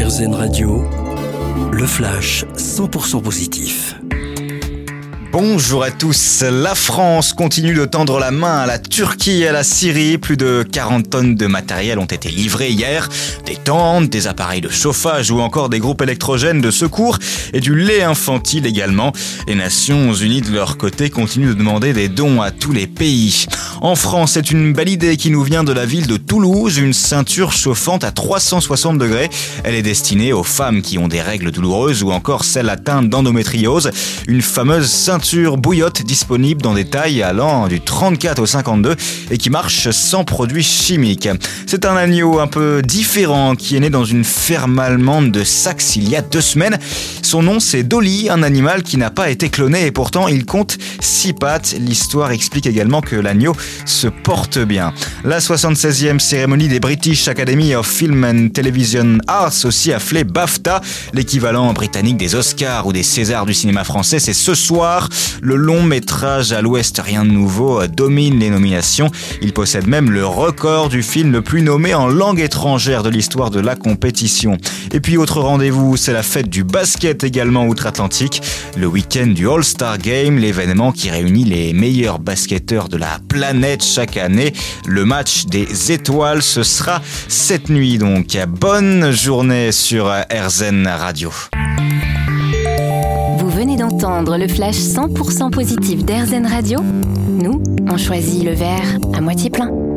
RZN Radio, le flash 100% positif. Bonjour à tous. La France continue de tendre la main à la Turquie et à la Syrie. Plus de 40 tonnes de matériel ont été livrées hier. Des tentes, des appareils de chauffage ou encore des groupes électrogènes de secours et du lait infantile également. Les Nations Unies de leur côté continuent de demander des dons à tous les pays. En France, c'est une belle idée qui nous vient de la ville de Toulouse, une ceinture chauffante à 360 degrés. Elle est destinée aux femmes qui ont des règles douloureuses ou encore celles atteintes d'endométriose. Une fameuse ceinture bouillotte disponible dans des tailles allant du 34 au 52 et qui marche sans produits chimiques. C'est un agneau un peu différent qui est né dans une ferme allemande de Saxe il y a 2 semaines. Son nom, c'est Dolly, un animal qui n'a pas été cloné et pourtant il compte 6 pattes. L'histoire explique également que l'agneau se porte bien. La 76e cérémonie des British Academy of Film and Television Arts, aussi appelée BAFTA, l'équivalent britannique des Oscars ou des Césars du cinéma français, c'est ce soir. Le long métrage À l'Ouest, rien de nouveau domine les nominations. Il possède même le record du film le plus nommé en langue étrangère de l'histoire de la compétition. Et puis autre rendez-vous, c'est la fête du basket également outre-Atlantique. Le week-end du All-Star Game, l'événement qui réunit les meilleurs basketteurs de la planète chaque année. Le match des étoiles, ce sera cette nuit donc. Bonne journée sur RZN Radio. Vous venez d'entendre le flash 100% positif d'RZN Radio. Nous, on choisit le verre à moitié plein.